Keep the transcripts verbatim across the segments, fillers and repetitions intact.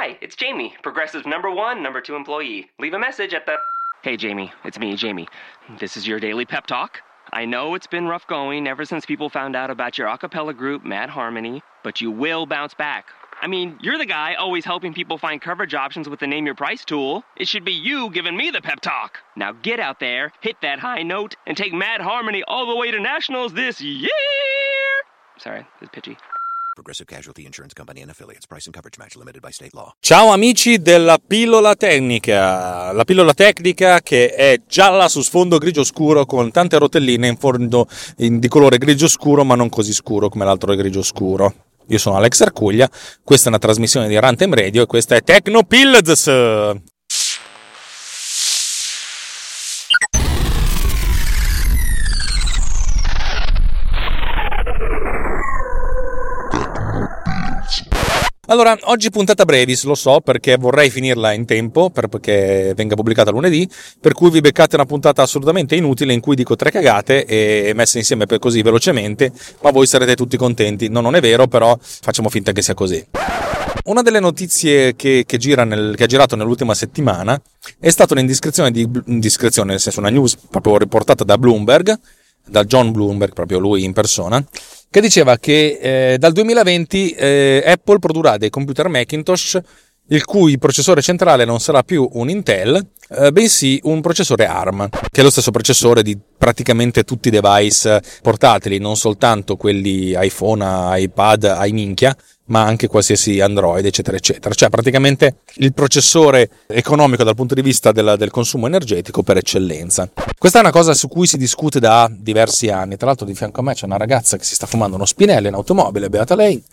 Hi, it's Jamie, Progressive's number one, number two employee. Leave a message at the... Hey, Jamie, it's me, Jamie. This is your daily pep talk. I know it's been rough going ever since people found out about your a cappella group, Mad Harmony, but you will bounce back. I mean, you're the guy always helping people find coverage options with the Name Your Price tool. It should be you giving me the pep talk. Now get out there, hit that high note, and take Mad Harmony all the way to nationals this year! Sorry, this is pitchy. Progressive Casualty Insurance Company and Affiliates. Price and coverage match limited by state law. Ciao amici della pillola tecnica. La pillola tecnica che è gialla su sfondo grigio scuro con tante rotelline in fondo in, di colore grigio scuro, ma non così scuro come l'altro è grigio scuro. Io sono Alex Arcuglia, questa è una trasmissione di Runtime Radio e questa è Tecnopills. Allora, oggi puntata brevis, lo so, perché vorrei finirla in tempo, perché venga pubblicata lunedì, per cui vi beccate una puntata assolutamente inutile in cui dico tre cagate e messe insieme per così velocemente, ma voi sarete tutti contenti. No, non è vero, però facciamo finta che sia così. Una delle notizie che, che, gira nel, che ha girato nell'ultima settimana è stata un'indiscrezione, di, indiscrezione, nel senso una news proprio riportata da Bloomberg, da John Bloomberg, proprio lui in persona, che diceva che eh, dal duemilaventi eh, Apple produrrà dei computer Macintosh il cui processore centrale non sarà più un Intel, eh, bensì un processore ARM, che è lo stesso processore di praticamente tutti i device portatili, non soltanto quelli iPhone, iPad, iMinchia, ma anche qualsiasi Android, eccetera, eccetera. Cioè praticamente il processore economico dal punto di vista del, del consumo energetico per eccellenza. Questa è una cosa su cui si discute da diversi anni. Tra l'altro di fianco a me c'è una ragazza che si sta fumando uno spinello in automobile, beata lei.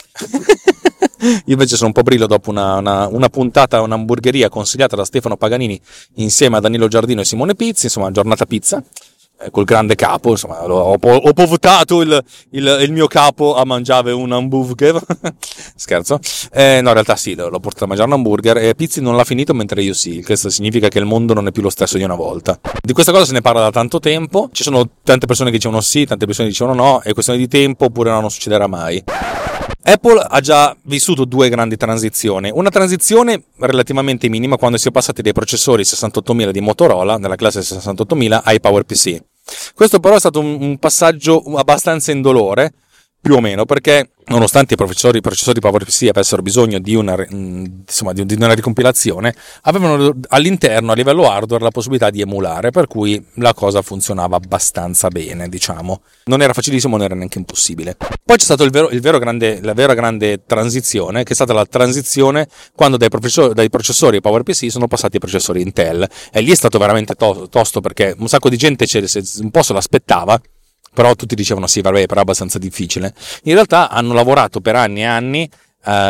Io invece sono un po' brillo dopo una, una, una puntata a un'hamburgeria consigliata da Stefano Paganini insieme a Danilo Giardino e Simone Pizzi, insomma giornata pizza. Col grande capo, insomma, ho, ho povutato il, il, il mio capo a mangiare un hamburger. Scherzo. Eh, no, in realtà sì, l'ho portato a mangiare un hamburger e Pizzi non l'ha finito mentre io sì. Questo significa che il mondo non è più lo stesso di una volta. Di questa cosa se ne parla da tanto tempo. Ci sono tante persone che dicevano sì, tante persone che dicevano no. È questione di tempo oppure no, non succederà mai. Apple ha già vissuto due grandi transizioni. Una transizione relativamente minima quando si è passati dai processori sessantottomila di Motorola, nella classe sessantottomila, ai PowerPC. Questo però è stato un, un passaggio abbastanza indolore, più o meno, perché nonostante i processori, i processori PowerPC avessero bisogno di una, insomma, di, di una ricompilazione, avevano all'interno, a livello hardware, la possibilità di emulare, per cui la cosa funzionava abbastanza bene, diciamo. Non era facilissimo, non era neanche impossibile. Poi c'è stato il vero, il vero grande, la vera grande transizione, che è stata la transizione quando dai processori, dai processori PowerPC sono passati ai processori Intel, e lì è stato veramente to- tosto, perché un sacco di gente un po' se l'aspettava, però tutti dicevano sì, vabbè, però è abbastanza difficile. In realtà hanno lavorato per anni e anni eh,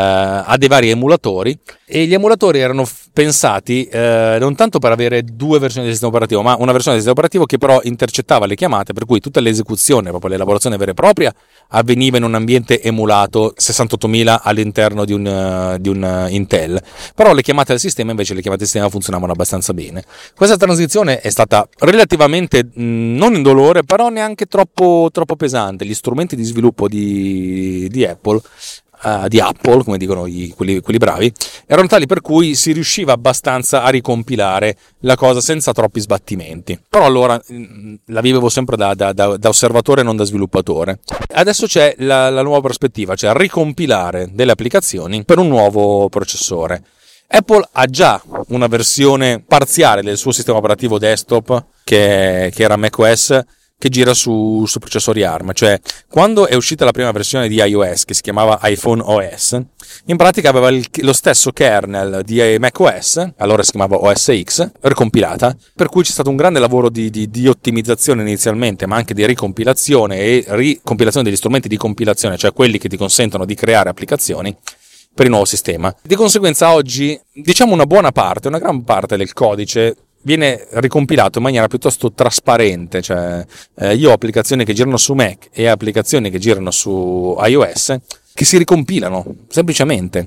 a dei vari emulatori, e gli emulatori erano f- pensati eh, non tanto per avere due versioni del sistema operativo, ma una versione del sistema operativo che però intercettava le chiamate, per cui tutta l'esecuzione, proprio l'elaborazione vera e propria, avveniva in un ambiente emulato sessantottomila all'interno di un, uh, di un uh, Intel. Però le chiamate del sistema, invece le chiamate del sistema funzionavano abbastanza bene. Questa transizione è stata relativamente mh, non indolore, però neanche troppo, troppo pesante. Gli strumenti di sviluppo di, di Apple Uh, di Apple, come dicono i, quelli, quelli bravi, erano tali per cui si riusciva abbastanza a ricompilare la cosa senza troppi sbattimenti. Però allora mh, la vivevo sempre da, da, da, da osservatore, non da sviluppatore. Adesso c'è la, la nuova prospettiva, cioè ricompilare delle applicazioni per un nuovo processore. Apple ha già una versione parziale del suo sistema operativo desktop che, che era macOS, che gira su, su processori ARM. Cioè, quando è uscita la prima versione di iOS, che si chiamava iPhone O S, in pratica aveva il, lo stesso kernel di macOS, allora si chiamava O S X, ricompilata, per cui c'è stato un grande lavoro di, di, di ottimizzazione inizialmente, ma anche di ricompilazione e ricompilazione degli strumenti di compilazione, cioè quelli che ti consentono di creare applicazioni per il nuovo sistema. Di conseguenza oggi, diciamo una buona parte, una gran parte del codice viene ricompilato in maniera piuttosto trasparente, cioè eh, io ho applicazioni che girano su Mac e applicazioni che girano su iOS che si ricompilano semplicemente.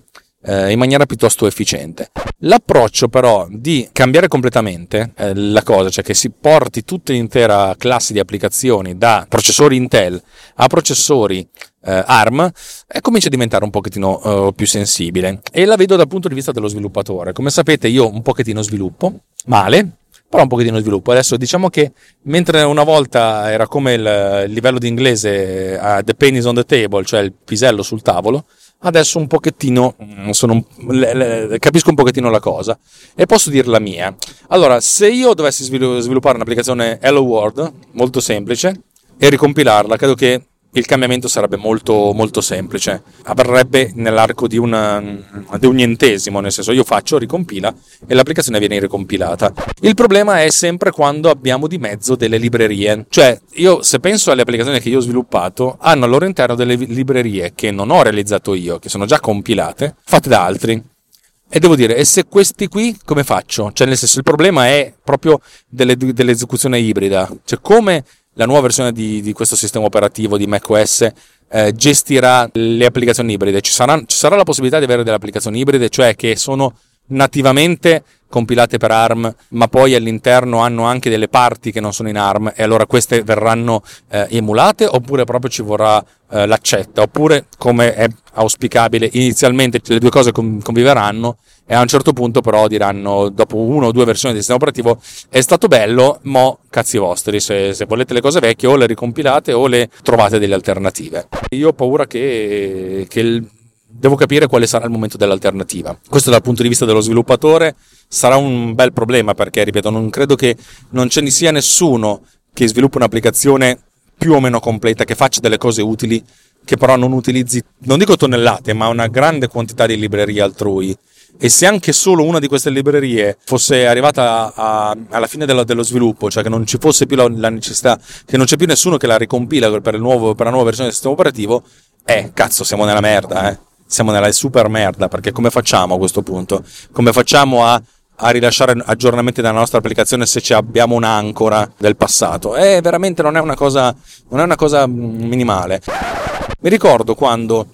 eh, in maniera piuttosto efficiente. L'approccio però di cambiare completamente eh, la cosa, cioè che si porti tutta l'intera classe di applicazioni da processori Intel a processori eh, ARM, eh, comincia a diventare un pochettino eh, più sensibile, e la vedo dal punto di vista dello sviluppatore. Come sapete, io un pochettino sviluppo, male, però un pochettino sviluppo. Adesso diciamo che mentre una volta era come il, il livello di inglese uh, the pennies on the table, cioè il pisello sul tavolo, adesso un pochettino sono, le, le, capisco un pochettino la cosa e posso dire la mia. Allora, se io dovessi sviluppare un'applicazione Hello World molto semplice e ricompilarla, credo che il cambiamento sarebbe molto molto semplice, avverrebbe nell'arco di, una, di un nientesimo, nel senso io faccio, ricompila e l'applicazione viene ricompilata. Il problema è sempre quando abbiamo di mezzo delle librerie, cioè io se penso alle applicazioni che io ho sviluppato, hanno al loro interno delle librerie che non ho realizzato io, che sono già compilate, fatte da altri. E devo dire, e se questi qui come faccio? Cioè nel senso, il problema è proprio delle, dell'esecuzione ibrida, cioè come la nuova versione di, di questo sistema operativo di macOS eh, gestirà le applicazioni ibride. Ci sarà, ci sarà la possibilità di avere delle applicazioni ibride, cioè che sono nativamente compilate per ARM, ma poi all'interno hanno anche delle parti che non sono in ARM, e allora queste verranno eh, emulate, oppure proprio ci vorrà eh, l'accetta, oppure, come è auspicabile, inizialmente le due cose conviveranno e a un certo punto però diranno, dopo una o due versioni del sistema operativo, è stato bello, mo cazzi vostri, se, se volete le cose vecchie o le ricompilate o le trovate delle alternative. Io ho paura che, che il, devo capire quale sarà il momento dell'alternativa. Questo dal punto di vista dello sviluppatore sarà un bel problema, perché ripeto, non credo che non ce ne sia nessuno che sviluppi un'applicazione più o meno completa, che faccia delle cose utili, che però non utilizzi, non dico tonnellate, ma una grande quantità di librerie altrui. E se anche solo una di queste librerie fosse arrivata a, a, alla fine dello, dello sviluppo, cioè che non ci fosse più la, la necessità, che non c'è più nessuno che la ricompila per, il nuovo, per la nuova versione del sistema operativo, eh, cazzo, siamo nella merda, eh. Siamo nella super merda, perché come facciamo a questo punto? Come facciamo a, a rilasciare aggiornamenti della nostra applicazione se ci abbiamo un'ancora del passato? Eh, veramente non è una cosa, non è una cosa minimale. Mi ricordo quando...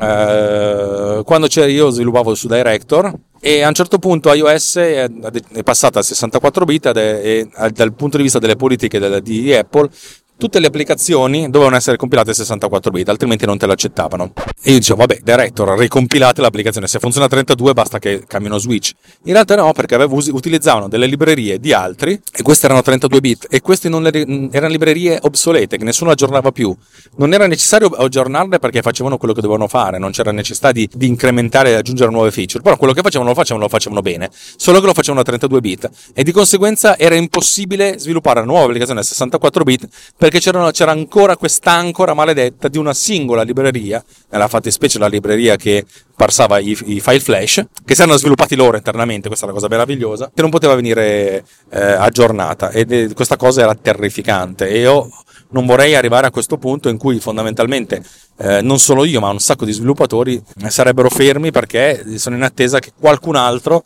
Uh, quando c'era, io sviluppavo su Director, e a un certo punto iOS è, è passata a sessantaquattro bit ed è, e dal punto di vista delle politiche delle, di Apple, tutte le applicazioni dovevano essere compilate a sessantaquattro bit, altrimenti non te l'accettavano. E io dicevo, vabbè, Director, ricompilate l'applicazione, se funziona a trentadue basta che cambino switch. In realtà no, perché avevo, utilizzavano delle librerie di altri, e queste erano trentadue bit, e queste non le, erano librerie obsolete, che nessuno aggiornava più. Non era necessario aggiornarle perché facevano quello che dovevano fare, non c'era necessità di, di incrementare e aggiungere nuove feature, però quello che facevano lo facevano, lo facevano bene, solo che lo facevano a trentadue bit, e di conseguenza era impossibile sviluppare una nuova applicazione a sessantaquattro bit, perché c'era, c'era ancora quest'ancora maledetta di una singola libreria, nella fattispecie la libreria che parsava i, i file flash, che si erano sviluppati loro internamente, questa è la cosa meravigliosa, che non poteva venire eh, aggiornata, ed questa cosa era terrificante, e io non vorrei arrivare a questo punto in cui fondamentalmente eh, non solo io, ma un sacco di sviluppatori sarebbero fermi perché sono in attesa che qualcun altro,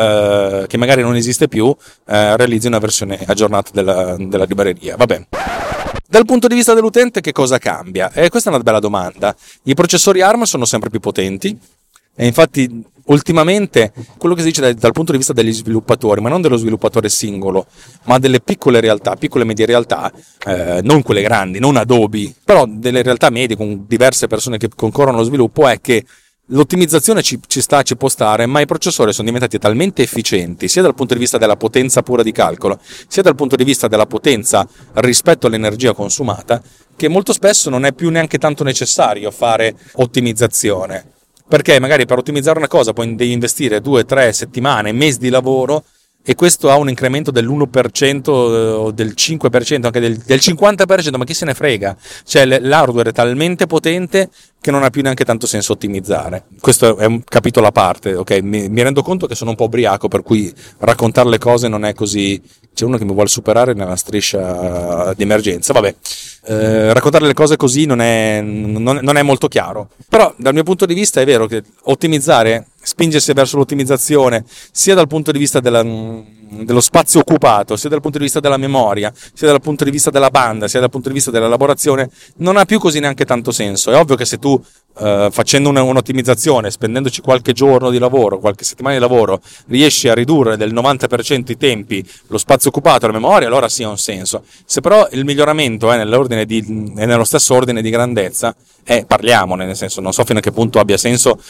eh, che magari non esiste più, eh, realizzi una versione aggiornata della, della libreria. Vabbè. Dal punto di vista dell'utente, che cosa cambia? Eh, questa è una bella domanda. I processori ARM sono sempre più potenti, e infatti ultimamente quello che si dice dal, dal punto di vista degli sviluppatori, ma non dello sviluppatore singolo, ma delle piccole realtà, piccole e medie realtà, eh, non quelle grandi, non Adobe, però delle realtà medie con diverse persone che concorrono allo sviluppo, è che l'ottimizzazione ci, ci sta, ci può stare, ma i processori sono diventati talmente efficienti, sia dal punto di vista della potenza pura di calcolo, sia dal punto di vista della potenza rispetto all'energia consumata, che molto spesso non è più neanche tanto necessario fare ottimizzazione. Perché magari per ottimizzare una cosa poi devi investire due, tre settimane, mesi di lavoro, e questo ha un incremento dell'uno per cento o del cinque per cento, anche del, del cinquanta per cento, ma chi se ne frega? Cioè l'hardware è talmente potente che non ha più neanche tanto senso ottimizzare. Questo è un capitolo a parte, ok? Mi, mi rendo conto che sono un po' ubriaco, per cui raccontare le cose non è così... C'è uno che mi vuole superare nella striscia di emergenza, vabbè. Eh, raccontare le cose così non è, non, non è molto chiaro. Però dal mio punto di vista è vero che ottimizzare, spingersi verso l'ottimizzazione, sia dal punto di vista della, dello spazio occupato, sia dal punto di vista della memoria, sia dal punto di vista della banda, sia dal punto di vista dell'elaborazione, non ha più così neanche tanto senso. È ovvio che se tu Uh, facendo una, un'ottimizzazione, spendendoci qualche giorno di lavoro, qualche settimana di lavoro, riesci a ridurre del novanta per cento i tempi, lo spazio occupato, la memoria, allora sì ha un senso. Se però il miglioramento è nell'ordine di, è nello stesso ordine di grandezza, eh, parliamone, nel senso, non so fino a che punto abbia senso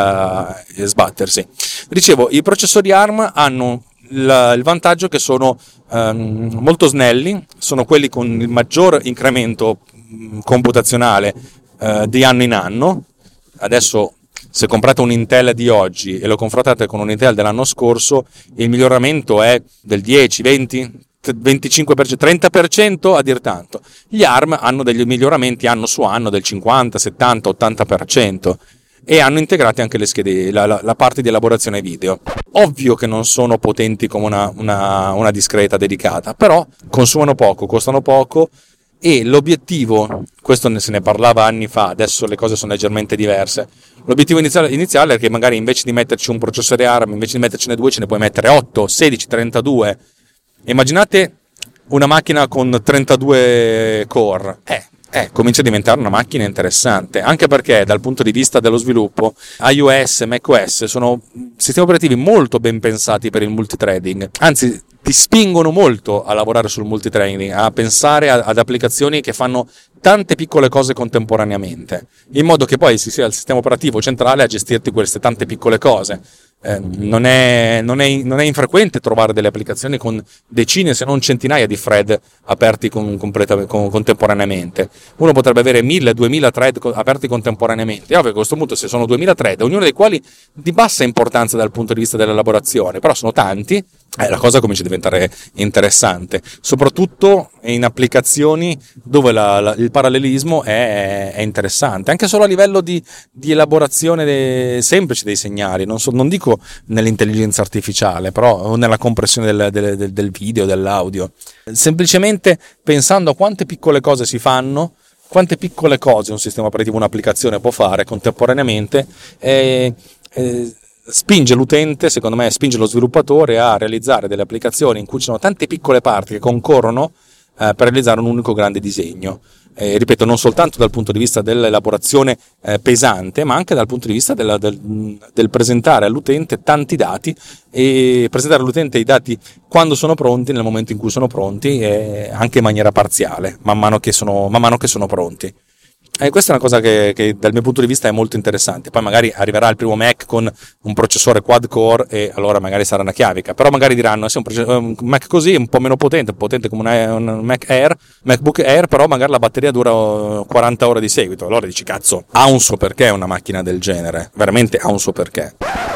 uh, sbattersi. Dicevo, i processori A R M hanno il, il vantaggio che sono um, molto snelli, sono quelli con il maggior incremento um, computazionale di anno in anno. Adesso se comprate un Intel di oggi e lo confrontate con un Intel dell'anno scorso, il miglioramento è del dieci, venti, venticinque per cento, trenta per cento a dir tanto. Gli A R M hanno degli miglioramenti anno su anno del cinquanta, settanta, ottanta per cento e hanno integrati anche le schede, la, la, la parte di elaborazione video. Ovvio che non sono potenti come una, una, una discreta dedicata, però consumano poco, costano poco. E l'obiettivo, questo se ne parlava anni fa, adesso le cose sono leggermente diverse, l'obiettivo iniziale, iniziale è che magari invece di metterci un processore A R M, invece di mettercene due, ce ne puoi mettere otto, sedici, trentadue. Immaginate una macchina con trentadue core, eh, eh, comincia a diventare una macchina interessante, anche perché dal punto di vista dello sviluppo iOS e macOS sono sistemi operativi molto ben pensati per il multithreading, anzi ti spingono molto a lavorare sul multithreading, a pensare a, ad applicazioni che fanno tante piccole cose contemporaneamente, in modo che poi si sia il sistema operativo centrale a gestirti queste tante piccole cose. Eh, non, è, non, è, non è infrequente trovare delle applicazioni con decine se non centinaia di thread aperti con, completa, con, contemporaneamente. Uno potrebbe avere mille, duemila thread aperti contemporaneamente. È ovvio che a questo punto, se sono duemila thread, ognuno dei quali di bassa importanza dal punto di vista dell'elaborazione, però sono tanti, eh, la cosa comincia a diventare interessante, soprattutto in applicazioni dove la, la, il parallelismo è, è interessante, anche solo a livello di, di elaborazione de, semplice dei segnali, non, so, non dico nell'intelligenza artificiale, però nella compressione del, del, del, del video, dell'audio, semplicemente pensando a quante piccole cose si fanno, quante piccole cose un sistema operativo, un'applicazione può fare contemporaneamente, e, e spinge l'utente, secondo me spinge lo sviluppatore a realizzare delle applicazioni in cui ci sono tante piccole parti che concorrono eh, per realizzare un unico grande disegno. Eh, ripeto, non soltanto dal punto di vista dell'elaborazione eh, pesante, ma anche dal punto di vista della, del, del presentare all'utente tanti dati e presentare all'utente i dati quando sono pronti, nel momento in cui sono pronti, e anche in maniera parziale, man mano che sono, man mano che sono pronti. E questa è una cosa che, che dal mio punto di vista è molto interessante. Poi magari arriverà il primo Mac con un processore quad core e allora magari sarà una chiavica, però magari diranno se un, un Mac così un po' meno potente, potente come una, un Mac Air, MacBook Air, però magari la batteria dura quaranta ore di seguito. Allora dici cazzo, ha un suo perché una macchina del genere, veramente ha un suo perché.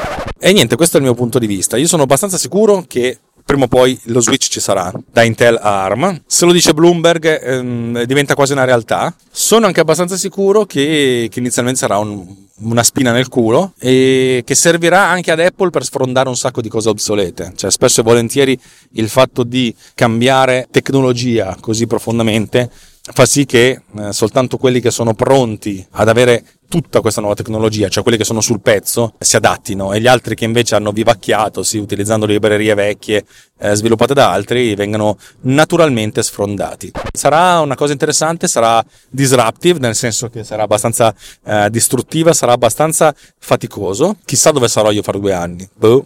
E niente, questo è il mio punto di vista. Io sono abbastanza sicuro che prima o poi lo switch ci sarà da Intel a A R M. Se lo dice Bloomberg ehm, diventa quasi una realtà. Sono anche abbastanza sicuro che, che inizialmente sarà un, una spina nel culo e che servirà anche ad Apple per sfrondare un sacco di cose obsolete. Cioè spesso e volentieri il fatto di cambiare tecnologia così profondamente fa sì che eh, soltanto quelli che sono pronti ad avere tutta questa nuova tecnologia, cioè quelli che sono sul pezzo, si adattino, e gli altri che invece hanno vivacchiato, sì, utilizzando librerie vecchie eh, sviluppate da altri, vengano naturalmente sfrondati. Sarà una cosa interessante, sarà disruptive, nel senso che sarà abbastanza eh, distruttiva, sarà abbastanza faticoso. Chissà dove sarò io fra due anni. Boh.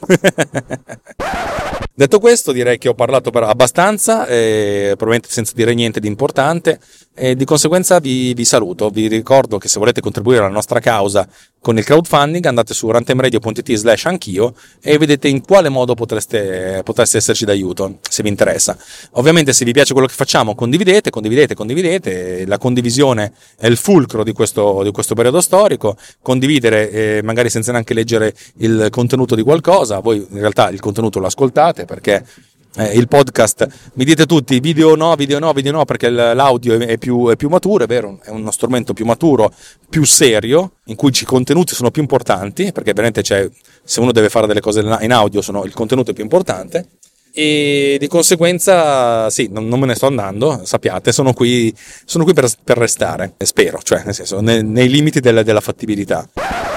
Detto questo, direi che ho parlato per abbastanza, eh, probabilmente senza dire niente di importante, e di conseguenza vi, vi saluto. Vi ricordo che se volete contribuire alla nostra causa con il crowdfunding, andate su rantemradio punto it slash anch'io e vedete in quale modo potreste, potreste esserci d'aiuto, se vi interessa. Ovviamente se vi piace quello che facciamo, condividete, condividete, condividete. La condivisione è il fulcro di questo, di questo periodo storico. Condividere, eh, magari senza neanche leggere il contenuto di qualcosa. Voi in realtà il contenuto lo ascoltate, perché Eh, il podcast, mi dite tutti video no, video no, video no, perché l'audio è più, è più maturo, è vero, è uno strumento più maturo, più serio, in cui i contenuti sono più importanti, perché veramente c'è, se uno deve fare delle cose in audio, sono, il contenuto è più importante, e di conseguenza sì, non, non me ne sto andando, sappiate, sono qui, sono qui per, per restare, spero, cioè nel senso, nei, nei limiti della, della fattibilità.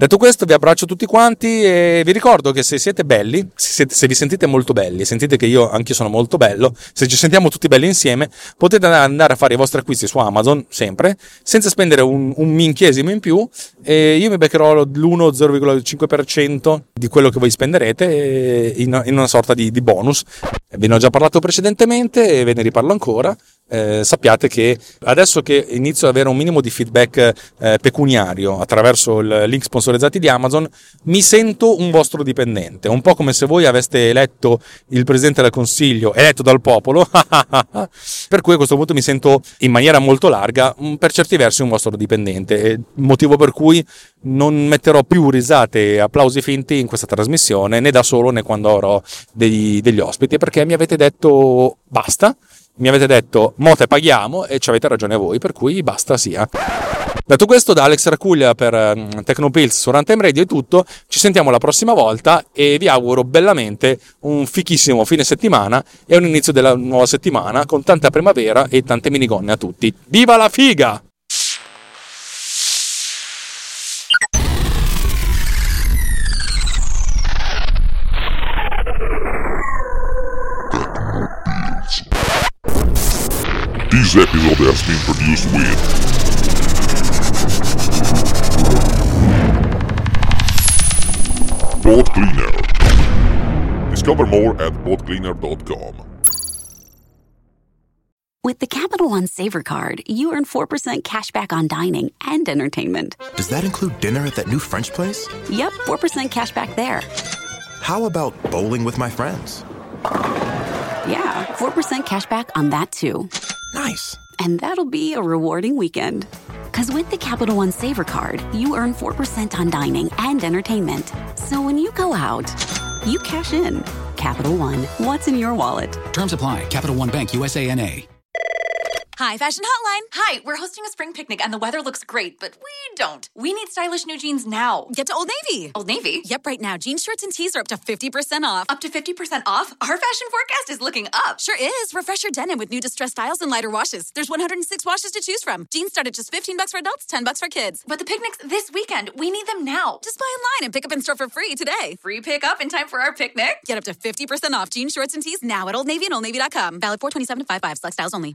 Detto questo, vi abbraccio tutti quanti e vi ricordo che se siete belli, se, siete, se vi sentite molto belli, sentite che io anche sono molto bello, se ci sentiamo tutti belli insieme, potete andare a fare i vostri acquisti su Amazon, sempre, senza spendere un, un minchiesimo in più, e io mi beccherò l'uno zero virgola cinque per cento di quello che voi spenderete in, in una sorta di, di bonus. Ve ne ho già parlato precedentemente e ve ne riparlo ancora. Eh, sappiate che adesso che inizio ad avere un minimo di feedback eh, pecuniario attraverso il link sponsorizzati di Amazon, mi sento un vostro dipendente, un po' come se voi aveste eletto il Presidente del Consiglio eletto dal popolo, per cui a questo punto mi sento in maniera molto larga per certi versi un vostro dipendente, motivo per cui non metterò più risate e applausi finti in questa trasmissione, né da solo né quando avrò degli, degli ospiti, perché mi avete detto basta. Mi avete detto mo te paghiamo e ci avete ragione voi, per cui basta sia. Detto questo, da Alex Racuglia per um, Tecnopills su Runtime Radio è tutto. Ci sentiamo la prossima volta e vi auguro bellamente un fichissimo fine settimana e un inizio della nuova settimana con tanta primavera e tante minigonne a tutti. Viva la figa! This episode has been produced with Pod Cleaner. Discover more at pod cleaner dot com. With the Capital One Savor Card, you earn four percent cash back on dining and entertainment. Does that include dinner at that new French place? Yep, four percent cash back there. How about bowling with my friends? Yeah, four percent cash back on that too. Nice. And that'll be a rewarding weekend. Because with the Capital One Savor Card, you earn four percent on dining and entertainment. So when you go out, you cash in. Capital One, what's in your wallet? Terms apply. Capital One Bank, U S A N A. Hi, Fashion Hotline. Hi, we're hosting a spring picnic and the weather looks great, but we don't. We need stylish new jeans now. Get to Old Navy. Old Navy? Yep, right now. Jeans, shirts, and tees are up to fifty percent off. Up to fifty percent off? Our fashion forecast is looking up. Sure is. Refresh your denim with new distressed styles and lighter washes. There's one hundred six washes to choose from. Jeans start at just fifteen bucks for adults, ten bucks for kids. But the picnic's this weekend. We need them now. Just buy online and pick up in store for free today. Free pickup in time for our picnic? Get up to fifty percent off jeans, shorts, and tees now at Old Navy and old navy dot com. Valid four twenty-seven to five five. Select styles only.